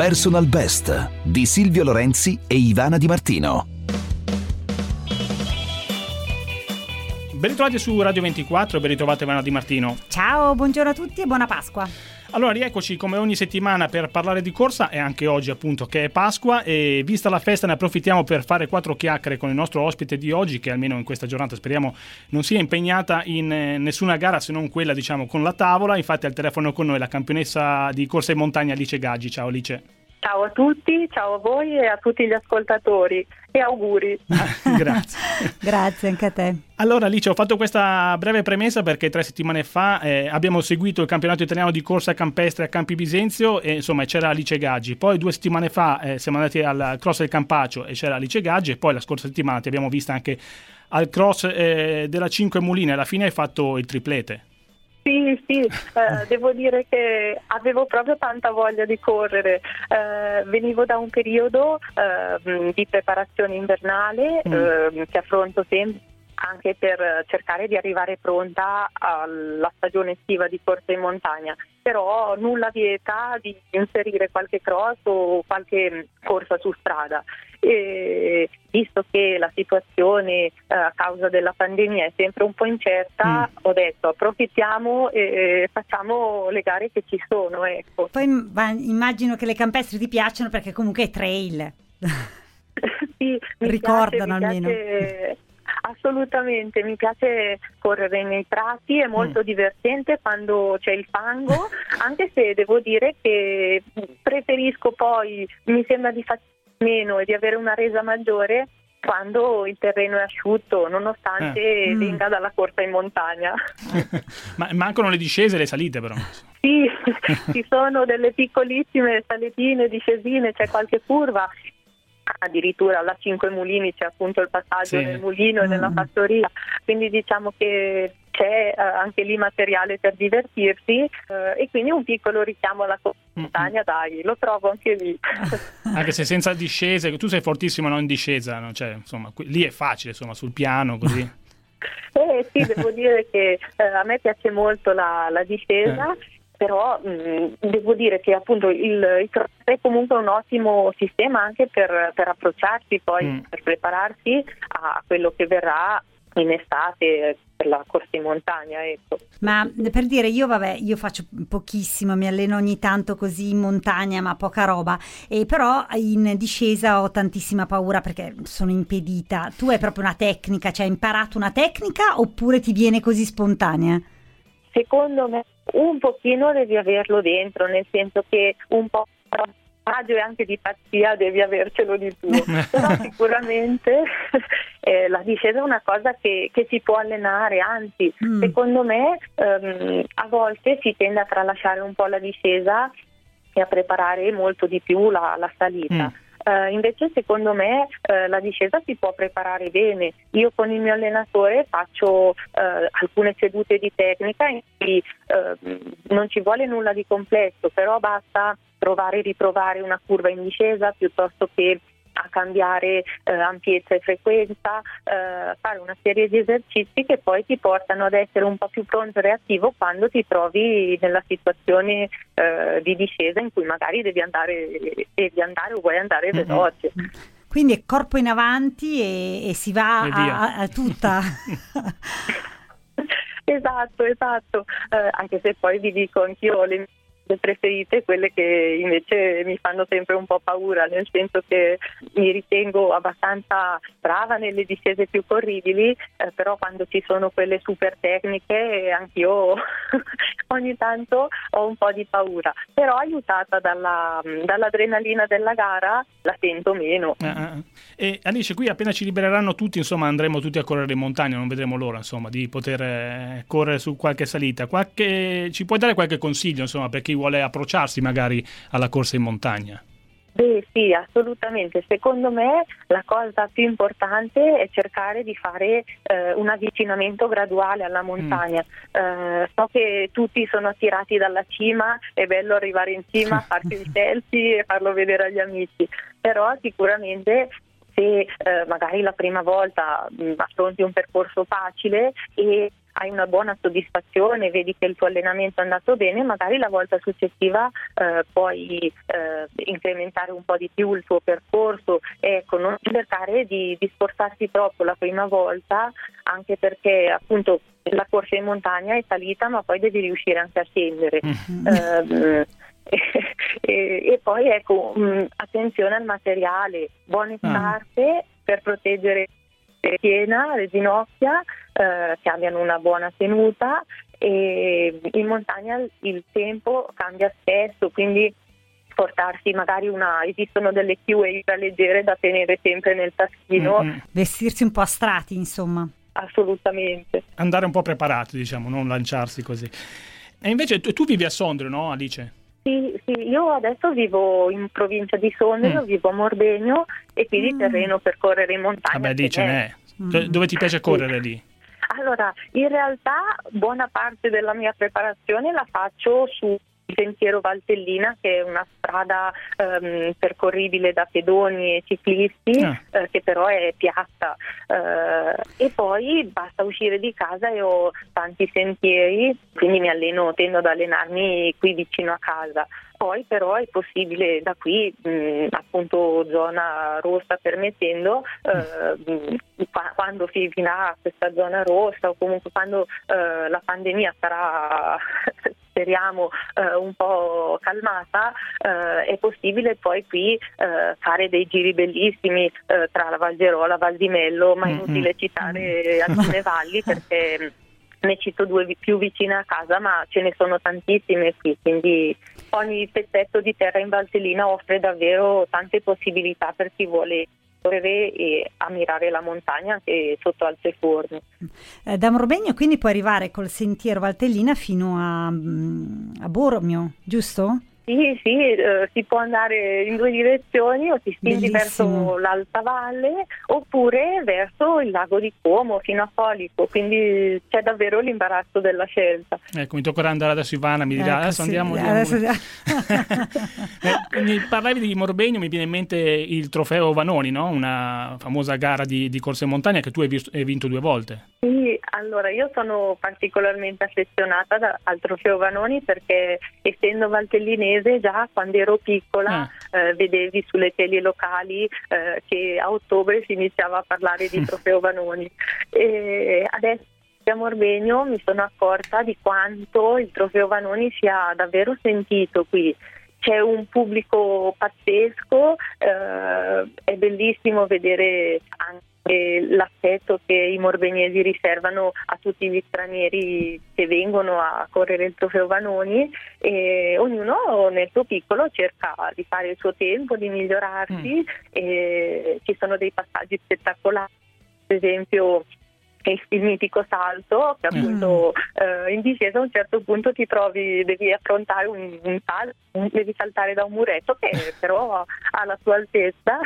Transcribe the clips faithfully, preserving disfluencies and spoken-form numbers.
Personal Best di Silvio Lorenzi e Ivana Di Martino. Ben ritrovati su Radio ventiquattro, ben ritrovate Ivana Di Martino. Ciao, buongiorno a tutti e buona Pasqua. Allora, rieccoci come ogni settimana per parlare di corsa, e anche oggi appunto che è Pasqua, e vista la festa ne approfittiamo per fare quattro chiacchiere con il nostro ospite di oggi, che almeno in questa giornata speriamo non sia impegnata in eh, nessuna gara se non quella, diciamo, con la tavola. Infatti al telefono con noi la campionessa di corsa in montagna Alice Gaggi. Ciao Alice. Ciao a tutti, ciao a voi e a tutti gli ascoltatori e auguri. Grazie. Grazie anche a te. Allora Alice, ho fatto questa breve premessa perché tre settimane fa eh, abbiamo seguito il campionato italiano di corsa campestre a Campi Bisenzio e insomma c'era Alice Gaggi. Poi due settimane fa eh, siamo andati al cross del Campaccio e c'era Alice Gaggi, e poi la scorsa settimana ti abbiamo vista anche al cross eh, della Cinque Muline. Alla fine hai fatto il triplete. Sì, sì, eh, devo dire che avevo proprio tanta voglia di correre. Eh, venivo da un periodo eh, di preparazione invernale mm. eh, che affronto sempre anche per cercare di arrivare pronta alla stagione estiva di corsa in montagna, però nulla vieta di inserire qualche cross o qualche corsa su strada. E visto che la situazione eh, a causa della pandemia è sempre un po' incerta, mm. ho detto approfittiamo e facciamo le gare che ci sono, ecco. Poi immagino che le campestri ti piacciono perché comunque è trail. Sì, mi ricordano piace, mi almeno piace, assolutamente, mi piace correre nei prati, è molto mm. divertente quando c'è il fango, anche se devo dire che preferisco, poi mi sembra di fare meno e di avere una resa maggiore quando il terreno è asciutto, nonostante eh. venga dalla corsa in montagna. Ma mancano le discese e le salite però. Sì, ci sono delle piccolissime saletine, discesine, c'è qualche curva. Addirittura alla Cinque Mulini c'è appunto il passaggio sì. nel mulino e nella fattoria, quindi diciamo che c'è uh, anche lì materiale per divertirsi uh, e quindi un piccolo richiamo alla montagna, dai, lo trovo anche lì. Anche se senza discese, tu sei fortissimo no, in discesa, no? Cioè, insomma, qui, lì è facile, insomma, sul piano così. Eh sì, devo dire che uh, a me piace molto la, la discesa. Eh. Però mh, devo dire che appunto il, il cross è comunque un ottimo sistema anche per, per approcciarsi poi, mm. per prepararsi a quello che verrà in estate per la corsa in montagna, ecco. Ma per dire, io vabbè, io faccio pochissimo, mi alleno ogni tanto così in montagna, ma poca roba, e però in discesa ho tantissima paura perché sono impedita. Tu hai proprio una tecnica, cioè hai imparato una tecnica oppure ti viene così spontanea? Secondo me un pochino devi averlo dentro, nel senso che un po' di coraggio e anche di pazzia devi avercelo di tuo, però sicuramente eh, la discesa è una cosa che, che si può allenare, anzi mm. secondo me ehm, a volte si tende a tralasciare un po' la discesa e a preparare molto di più la, la salita. Mm. Uh, invece secondo me uh, la discesa si può preparare bene. Io con il mio allenatore faccio uh, alcune sedute di tecnica in cui uh, non ci vuole nulla di complesso, però basta provare e riprovare una curva in discesa piuttosto che a cambiare eh, ampiezza e frequenza, eh, fare una serie di esercizi che poi ti portano ad essere un po' più pronto e reattivo quando ti trovi nella situazione eh, di discesa in cui magari devi andare, devi andare o vuoi andare veloce. Quindi è corpo in avanti e, e si va e a, a, a tutta. Esatto, esatto. Eh, anche se poi vi dico anch'io le preferite, quelle che invece mi fanno sempre un po' paura, nel senso che mi ritengo abbastanza brava nelle discese più corribili, eh, però quando ci sono quelle super tecniche anch'io ogni tanto ho un po' di paura, però aiutata dalla, dall'adrenalina della gara la sento meno. Uh-huh. E Alice, qui appena ci libereranno tutti, insomma andremo tutti a correre in montagna, non vedremo l'ora insomma di poter eh, correre su qualche salita. Qualche... ci puoi dare qualche consiglio insomma per chi vuole approcciarsi magari alla corsa in montagna? Beh sì, assolutamente. Secondo me la cosa più importante è cercare di fare eh, un avvicinamento graduale alla montagna. Mm. Eh, so che tutti sono attirati dalla cima, è bello arrivare in cima, farsi il selfie e farlo vedere agli amici, però sicuramente se eh, magari la prima volta mh, affronti un percorso facile e hai una buona soddisfazione, vedi che il tuo allenamento è andato bene, magari la volta successiva eh, puoi eh, incrementare un po' di più il tuo percorso. Ecco, non cercare di, di sforzarsi troppo la prima volta, anche perché appunto la corsa in montagna è salita, ma poi devi riuscire anche a scendere. Mm. Eh, e, e poi ecco, mh, attenzione al materiale, buone scarpe ah. per proteggere la schiena, le ginocchia, eh, che abbiano una buona tenuta, e in montagna il tempo cambia spesso, quindi portarsi magari una, esistono delle kiwi leggere da tenere sempre nel taschino. Mm-hmm. Vestirsi un po' a strati, insomma. Assolutamente. Andare un po' preparati, diciamo, non lanciarsi così. E invece tu, tu vivi a Sondrio, no, Alice? Sì, sì, io adesso vivo in provincia di Sondrio, mm. vivo a Morbegno, e quindi mm. terreno per correre in montagna. Vabbè, lì ce n'è. Mm. Dove ti piace correre sì. lì? Allora, in realtà buona parte della mia preparazione la faccio su il Sentiero Valtellina, che è una strada um, percorribile da pedoni e ciclisti, ah. eh, che però è piatta, uh, e poi basta uscire di casa e ho tanti sentieri, quindi mi alleno, tendo ad allenarmi qui vicino a casa. Poi però è possibile da qui, mh, appunto zona rossa permettendo, eh, quando si finirà questa zona rossa, o comunque quando eh, la pandemia sarà speriamo eh, un po' calmata, eh, è possibile poi qui eh, fare dei giri bellissimi eh, tra la Val Gerola, Val di Mello, ma è inutile citare alcune valli perché ne cito due più vicine a casa, ma ce ne sono tantissime qui, quindi ogni pezzetto di terra in Valtellina offre davvero tante possibilità per chi vuole correre e ammirare la montagna anche sotto altre forme. Eh, da Morbegno quindi puoi arrivare col sentiero Valtellina fino a, a Bormio, giusto? Sì, sì, eh, si può andare in due direzioni, o ti spingi verso l'Alta Valle oppure verso il lago di Como fino a Polico, quindi c'è davvero l'imbarazzo della scelta. Ecco, mi toccherà andare adesso Ivana, mi dirà ecco, adesso sì, andiamo. adesso... eh, mi parlavi di Morbegno, mi viene in mente il trofeo Vanoni, no? Una famosa gara di, di corsa in montagna che tu hai, visto, hai vinto due volte. Sì, allora io sono particolarmente affezionata da, al trofeo Vanoni perché essendo valtellinese già quando ero piccola ah. eh, vedevi sulle tele locali eh, che a ottobre si iniziava a parlare di trofeo Vanoni, e adesso a Morbegno mi sono accorta di quanto il trofeo Vanoni sia davvero sentito qui. C'è un pubblico pazzesco, eh, è bellissimo vedere anche l'affetto che i morbegnesi riservano a tutti gli stranieri che vengono a correre il trofeo Vanoni, e ognuno nel suo piccolo cerca di fare il suo tempo, di migliorarsi, mm. e ci sono dei passaggi spettacolari, per esempio il, il mitico salto che appunto mm. eh, in discesa a un certo punto ti trovi, devi affrontare un, un salto, devi saltare da un muretto che però ha la sua altezza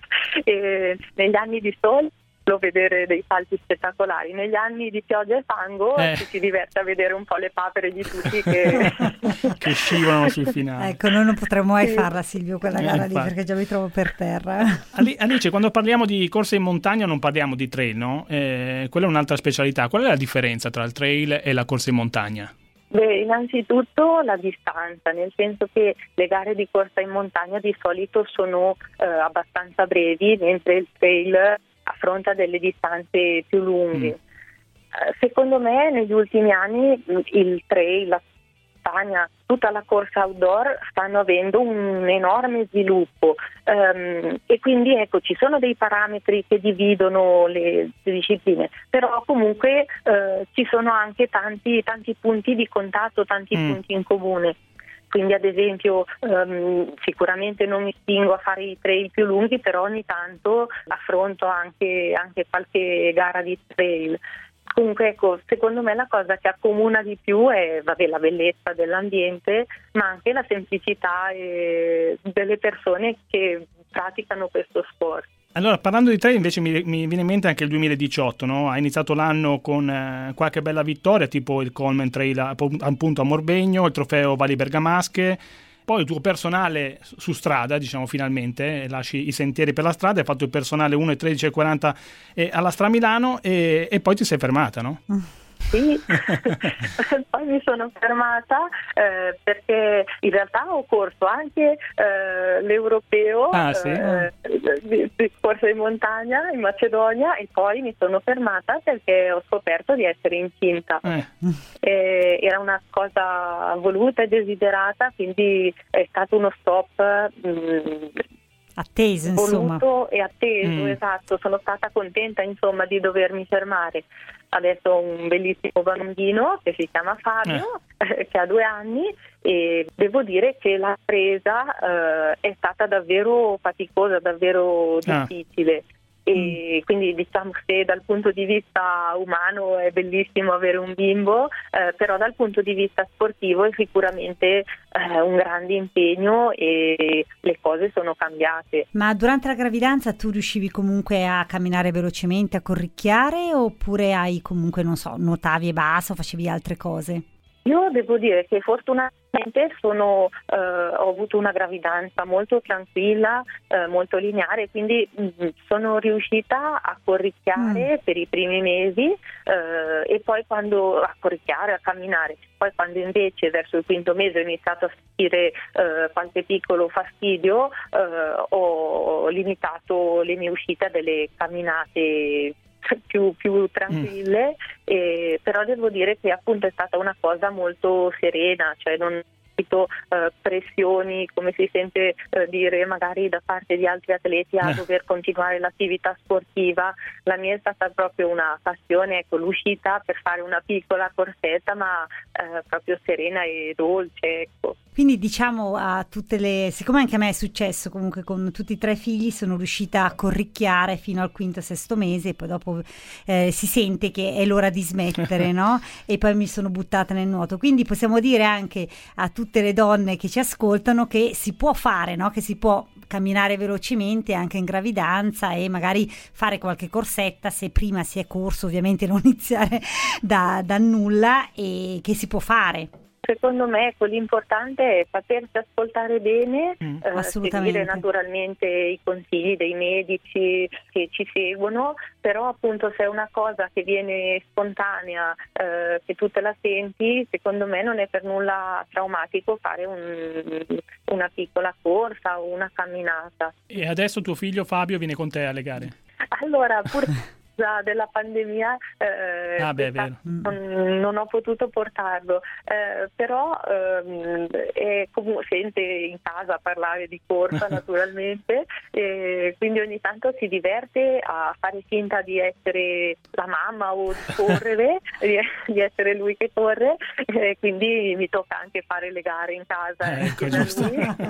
e negli anni di sole vedere dei salti spettacolari, negli anni di pioggia e fango eh. ci si diverte a vedere un po' le papere di tutti che, che scivolano sul finale. Ecco, noi non potremmo mai sì. farla, Silvio, quella gara eh, lì, perché già mi trovo per terra. Alice, quando parliamo di corsa in montagna non parliamo di trail, no? Eh, quella è un'altra specialità. Qual è la differenza tra il trail e la corsa in montagna? Beh, innanzitutto la distanza, nel senso che le gare di corsa in montagna di solito sono eh, abbastanza brevi, mentre il trail affronta delle distanze più lunghe. Mm. Secondo me negli ultimi anni il trail, la montagna, tutta la corsa outdoor stanno avendo un enorme sviluppo, um, e quindi ecco ci sono dei parametri che dividono le, le discipline, però comunque uh, ci sono anche tanti, tanti punti di contatto, tanti mm. punti in comune. Quindi ad esempio um, sicuramente non mi spingo a fare i trail più lunghi, però ogni tanto affronto anche, anche qualche gara di trail. Comunque ecco, secondo me la cosa che accomuna di più è vabbè, la bellezza dell'ambiente, ma anche la semplicità e delle persone che praticano questo sport. Allora, parlando di trail invece mi, mi viene in mente anche il duemiladiciotto, no? Ha iniziato l'anno con eh, qualche bella vittoria, tipo il Coleman Trail appunto a Morbegno, il trofeo Valli Bergamasche, poi il tuo personale su strada, diciamo finalmente, lasci i sentieri per la strada, hai fatto il personale uno e tredici e quaranta alla Stramilano e, e poi ti sei fermata, no? Sì, poi mi sono fermata eh, perché in realtà ho corso anche eh, l'europeo, ah, sì? eh, di, di corsa in montagna in Macedonia, e poi mi sono fermata perché ho scoperto di essere incinta. Eh. Eh, era una cosa voluta e desiderata, quindi è stato uno stop mh, atteso, insomma. voluto e atteso, Mm. esatto. Sono stata contenta, insomma, di dovermi fermare. Adesso ho un bellissimo bambino che si chiama Fabio, eh. che ha due anni, e devo dire che la presa eh, è stata davvero faticosa, davvero difficile. Ah. E quindi diciamo che dal punto di vista umano è bellissimo avere un bimbo, eh, però dal punto di vista sportivo è sicuramente eh, un grande impegno e le cose sono cambiate. Ma durante la gravidanza tu riuscivi comunque a camminare velocemente, a corricchiare, oppure hai comunque, non so, nuotavi e basta o facevi altre cose? Io devo dire che fortunatamente sono, eh, ho avuto una gravidanza molto tranquilla, eh, molto lineare, quindi mh, sono riuscita a corricchiare mm. per i primi mesi eh, e poi quando a corricchiare, a camminare. Poi quando invece verso il quinto mese ho iniziato a sentire eh, qualche piccolo fastidio, eh, ho limitato le mie uscite a delle camminate più, più tranquille, mm. eh, però devo dire che appunto è stata una cosa molto serena, cioè non ho eh, pressioni, come si sente eh, dire magari da parte di altri atleti, a eh. dover continuare l'attività sportiva. La mia è stata proprio una passione, ecco, l'uscita per fare una piccola corsetta, ma eh, proprio serena e dolce, ecco. Quindi diciamo a tutte le, siccome anche a me è successo comunque con tutti e tre i figli, sono riuscita a corricchiare fino al quinto sesto mese e poi dopo eh, si sente che è l'ora di smettere, no? E poi mi sono buttata nel nuoto. Quindi possiamo dire anche a tutte le donne che ci ascoltano che si può fare, no? Che si può camminare velocemente anche in gravidanza e magari fare qualche corsetta se prima si è corso, ovviamente non iniziare da, da nulla, e che si può fare. Secondo me ecco, l'importante è sapersi ascoltare bene, mm, eh, seguire naturalmente i consigli dei medici che ci seguono, però appunto se è una cosa che viene spontanea, eh, che tu te la senti, secondo me non è per nulla traumatico fare un, una piccola corsa o una camminata. E adesso tuo figlio Fabio viene con te alle gare? Allora, pur della pandemia eh, ah, beh, vero. Non, non ho potuto portarlo, eh, però ehm, è comunque sente in casa parlare di corsa naturalmente, e quindi ogni tanto si diverte a fare finta di essere la mamma o di correre, di, di essere lui che corre, e quindi mi tocca anche fare le gare in casa. Eh, ecco, giusto.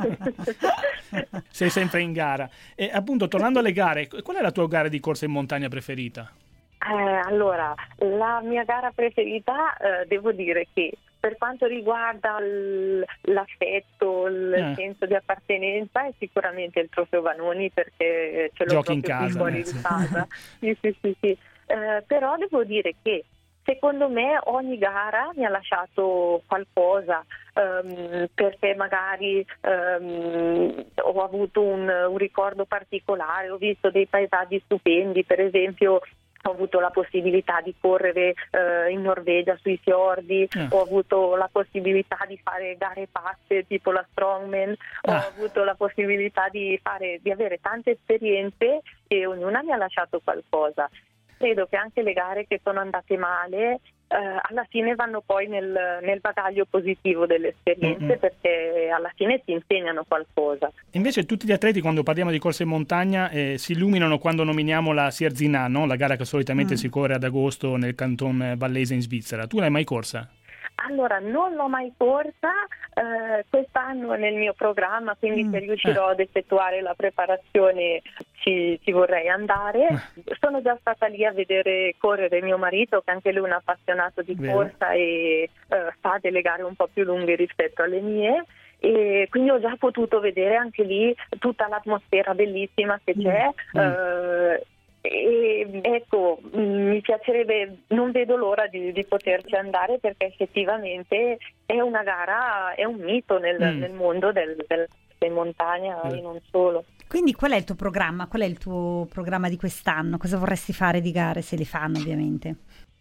Sei sempre in gara. E appunto, tornando alle gare, qual è la tua gara di corsa in montagna preferita? Eh, allora, la mia gara preferita, eh, devo dire che per quanto riguarda l- l'affetto, il eh. senso di appartenenza, è sicuramente il Trofeo Vanoni, perché ce l'ho Giochi proprio in casa, fuori eh, di sì. casa. Sì, sì, sì, sì. Eh, però devo dire che secondo me ogni gara mi ha lasciato qualcosa, um, perché magari um, ho avuto un, un ricordo particolare, ho visto dei paesaggi stupendi, per esempio ho avuto la possibilità di correre eh, in Norvegia sui fiordi, eh. ho avuto la possibilità di fare gare pazze tipo la Strongman, ah. ho avuto la possibilità di fare, di avere tante esperienze e ognuna mi ha lasciato qualcosa. Credo che anche le gare che sono andate male eh, alla fine vanno poi nel, nel bagaglio positivo delle esperienze, mm-hmm. perché alla fine ti insegnano qualcosa. Invece tutti gli atleti, quando parliamo di corsa in montagna, eh, si illuminano quando nominiamo la Sierzina, no? La gara che solitamente mm. si corre ad agosto nel canton vallese in Svizzera. Tu l'hai mai corsa? Allora, non l'ho mai corsa, eh, quest'anno è nel mio programma, quindi mm. se riuscirò eh. ad effettuare la preparazione ci, ci vorrei andare. Eh. Sono già stata lì a vedere correre mio marito, che anche lui è un appassionato di Vero. corsa e eh, fa delle gare un po' più lunghe rispetto alle mie. E quindi ho già potuto vedere anche lì tutta l'atmosfera bellissima che c'è. Mm. Eh, E ecco, mi piacerebbe, non vedo l'ora di, di poterci andare, perché effettivamente è una gara, è un mito nel, mm. nel mondo del, del, in montagna mm. e non solo. Quindi qual è il tuo programma? Qual è il tuo programma di quest'anno? Cosa vorresti fare di gare, se le fanno ovviamente?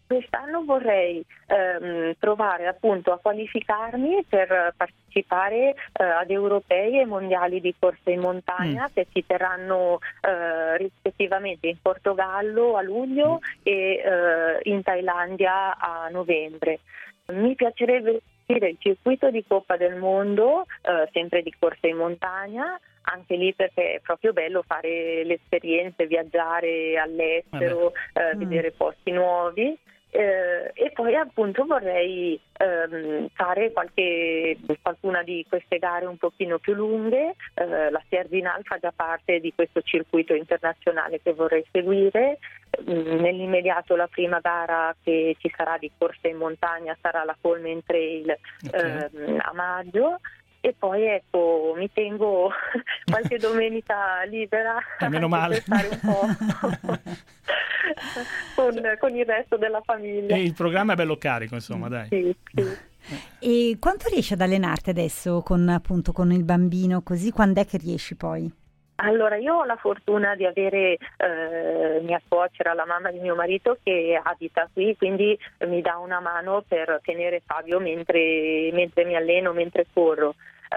quest'anno vorrei ehm, provare appunto a qualificarmi per partecipare eh, ad europei e mondiali di corsa in montagna mm. che si terranno eh, rispettivamente in Portogallo a luglio mm. e eh, in Thailandia a novembre. Mi piacerebbe vedere il circuito di Coppa del Mondo, eh, sempre di corsa in montagna, anche lì perché è proprio bello fare le esperienze, viaggiare all'estero, eh, mm. vedere posti nuovi. Eh, e poi appunto vorrei ehm, fare qualche, qualcuna di queste gare un pochino più lunghe. Eh, la Sierzinal fa già parte di questo circuito internazionale che vorrei seguire. Mm, nell'immediato la prima gara che ci sarà di corsa in montagna sarà la Coleman Trail okay. ehm, a maggio. E poi ecco, mi tengo qualche domenica libera eh, meno male. per stare un po' con, con il resto della famiglia. E il programma è bello carico, insomma, dai. Sì, sì. E quanto riesci ad allenarti adesso con appunto con il bambino così? Quando è che riesci poi? Allora, io ho la fortuna di avere eh, mia suocera, la mamma di mio marito, che abita qui, quindi mi dà una mano per tenere Fabio mentre, mentre mi alleno, mentre corro.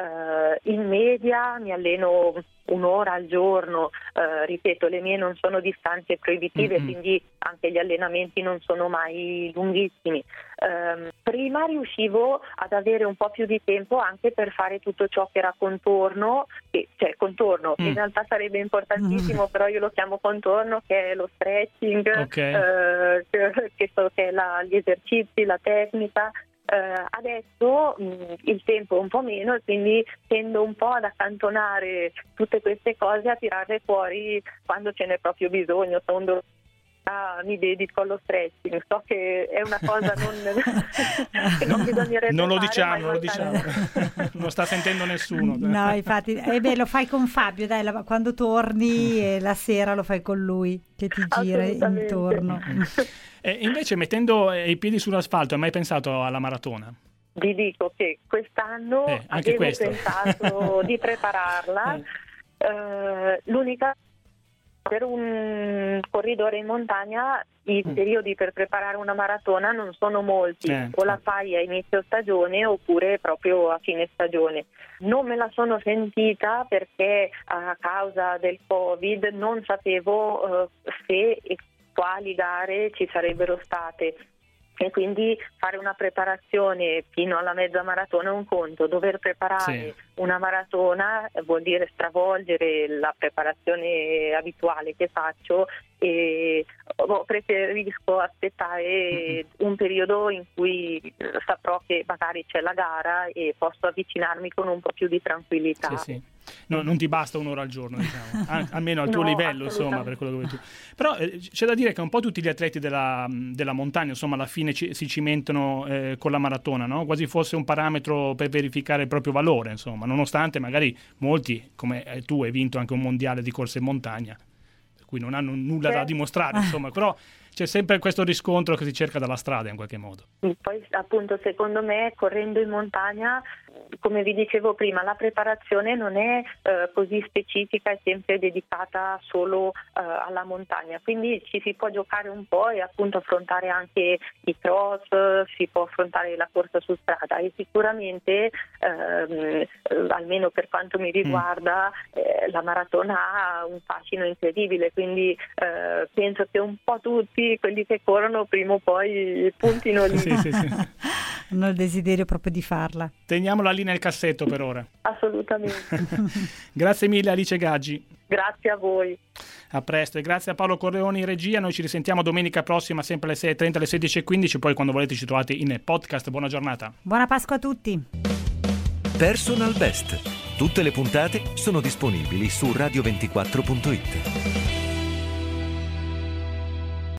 Uh, in media mi alleno un'ora al giorno, uh, ripeto, le mie non sono distanze proibitive, mm-hmm. quindi anche gli allenamenti non sono mai lunghissimi. Um, prima riuscivo ad avere un po' più di tempo anche per fare tutto ciò che era contorno, che, cioè contorno, mm. in realtà sarebbe importantissimo, mm. però io lo chiamo contorno, che è lo stretching, okay. uh, che, che, so, che è la, gli esercizi, la tecnica. Uh, adesso mh, il tempo è un po' meno e quindi tendo un po' ad accantonare tutte queste cose, a tirarle fuori quando ce n'è proprio bisogno. Quando ah, mi dedico allo stretching, so che è una cosa non, che non bisognerebbe non lo fare, diciamo, non lo diciamo. Non sta sentendo nessuno. No, infatti, eh beh, lo fai con Fabio, dai, la, quando torni e la sera lo fai con lui che ti gira intorno. E invece, mettendo i piedi sull'asfalto, hai mai pensato alla maratona? Vi dico che quest'anno eh, avevo questo. pensato di prepararla. Eh. Uh, l'unica per un corridore in montagna i mm. periodi per preparare una maratona non sono molti, eh. o la fai a inizio stagione oppure proprio a fine stagione. Non me la sono sentita perché a causa del Covid non sapevo uh, se e quali gare ci sarebbero state. E quindi fare una preparazione fino alla mezza maratona è un conto, dover preparare sì. una maratona vuol dire stravolgere la preparazione abituale che faccio e preferisco aspettare mm-hmm. un periodo in cui saprò che magari c'è la gara e posso avvicinarmi con un po' più di tranquillità. Sì, sì. No, non ti basta un'ora al giorno, diciamo, Al, almeno al tuo no, livello, insomma, per quello che vuoi tu. Però eh, c'è da dire che un po' tutti gli atleti della, della montagna, insomma, alla fine ci, si cimentano eh, con la maratona, no? Quasi fosse un parametro per verificare il proprio valore, insomma, nonostante magari molti, come eh, tu, hai vinto anche un mondiale di corsa in montagna, per cui non hanno nulla da dimostrare, insomma, però c'è sempre questo riscontro che si cerca dalla strada in qualche modo. Poi appunto secondo me correndo in montagna, come vi dicevo prima, la preparazione non è eh, così specifica e sempre dedicata solo eh, alla montagna, quindi ci si può giocare un po' e appunto affrontare anche i cross, si può affrontare la corsa su strada e sicuramente ehm, almeno per quanto mi riguarda eh, la maratona ha un fascino incredibile, quindi eh, penso che un po' tutti quelli che corrono prima o poi puntino lì. Sì, sì, sì. Hanno il desiderio proprio di farla. Teniamola lì nel cassetto per ora. Assolutamente. Grazie mille Alice Gaggi. Grazie a voi. A presto e grazie a Paolo Corleoni in regia. Noi ci risentiamo domenica prossima sempre alle sei e trenta, alle sedici e quindici, poi quando volete ci trovate in podcast. Buona giornata. Buona Pasqua a tutti. Personal Best. Tutte le puntate sono disponibili su radio ventiquattro punto it.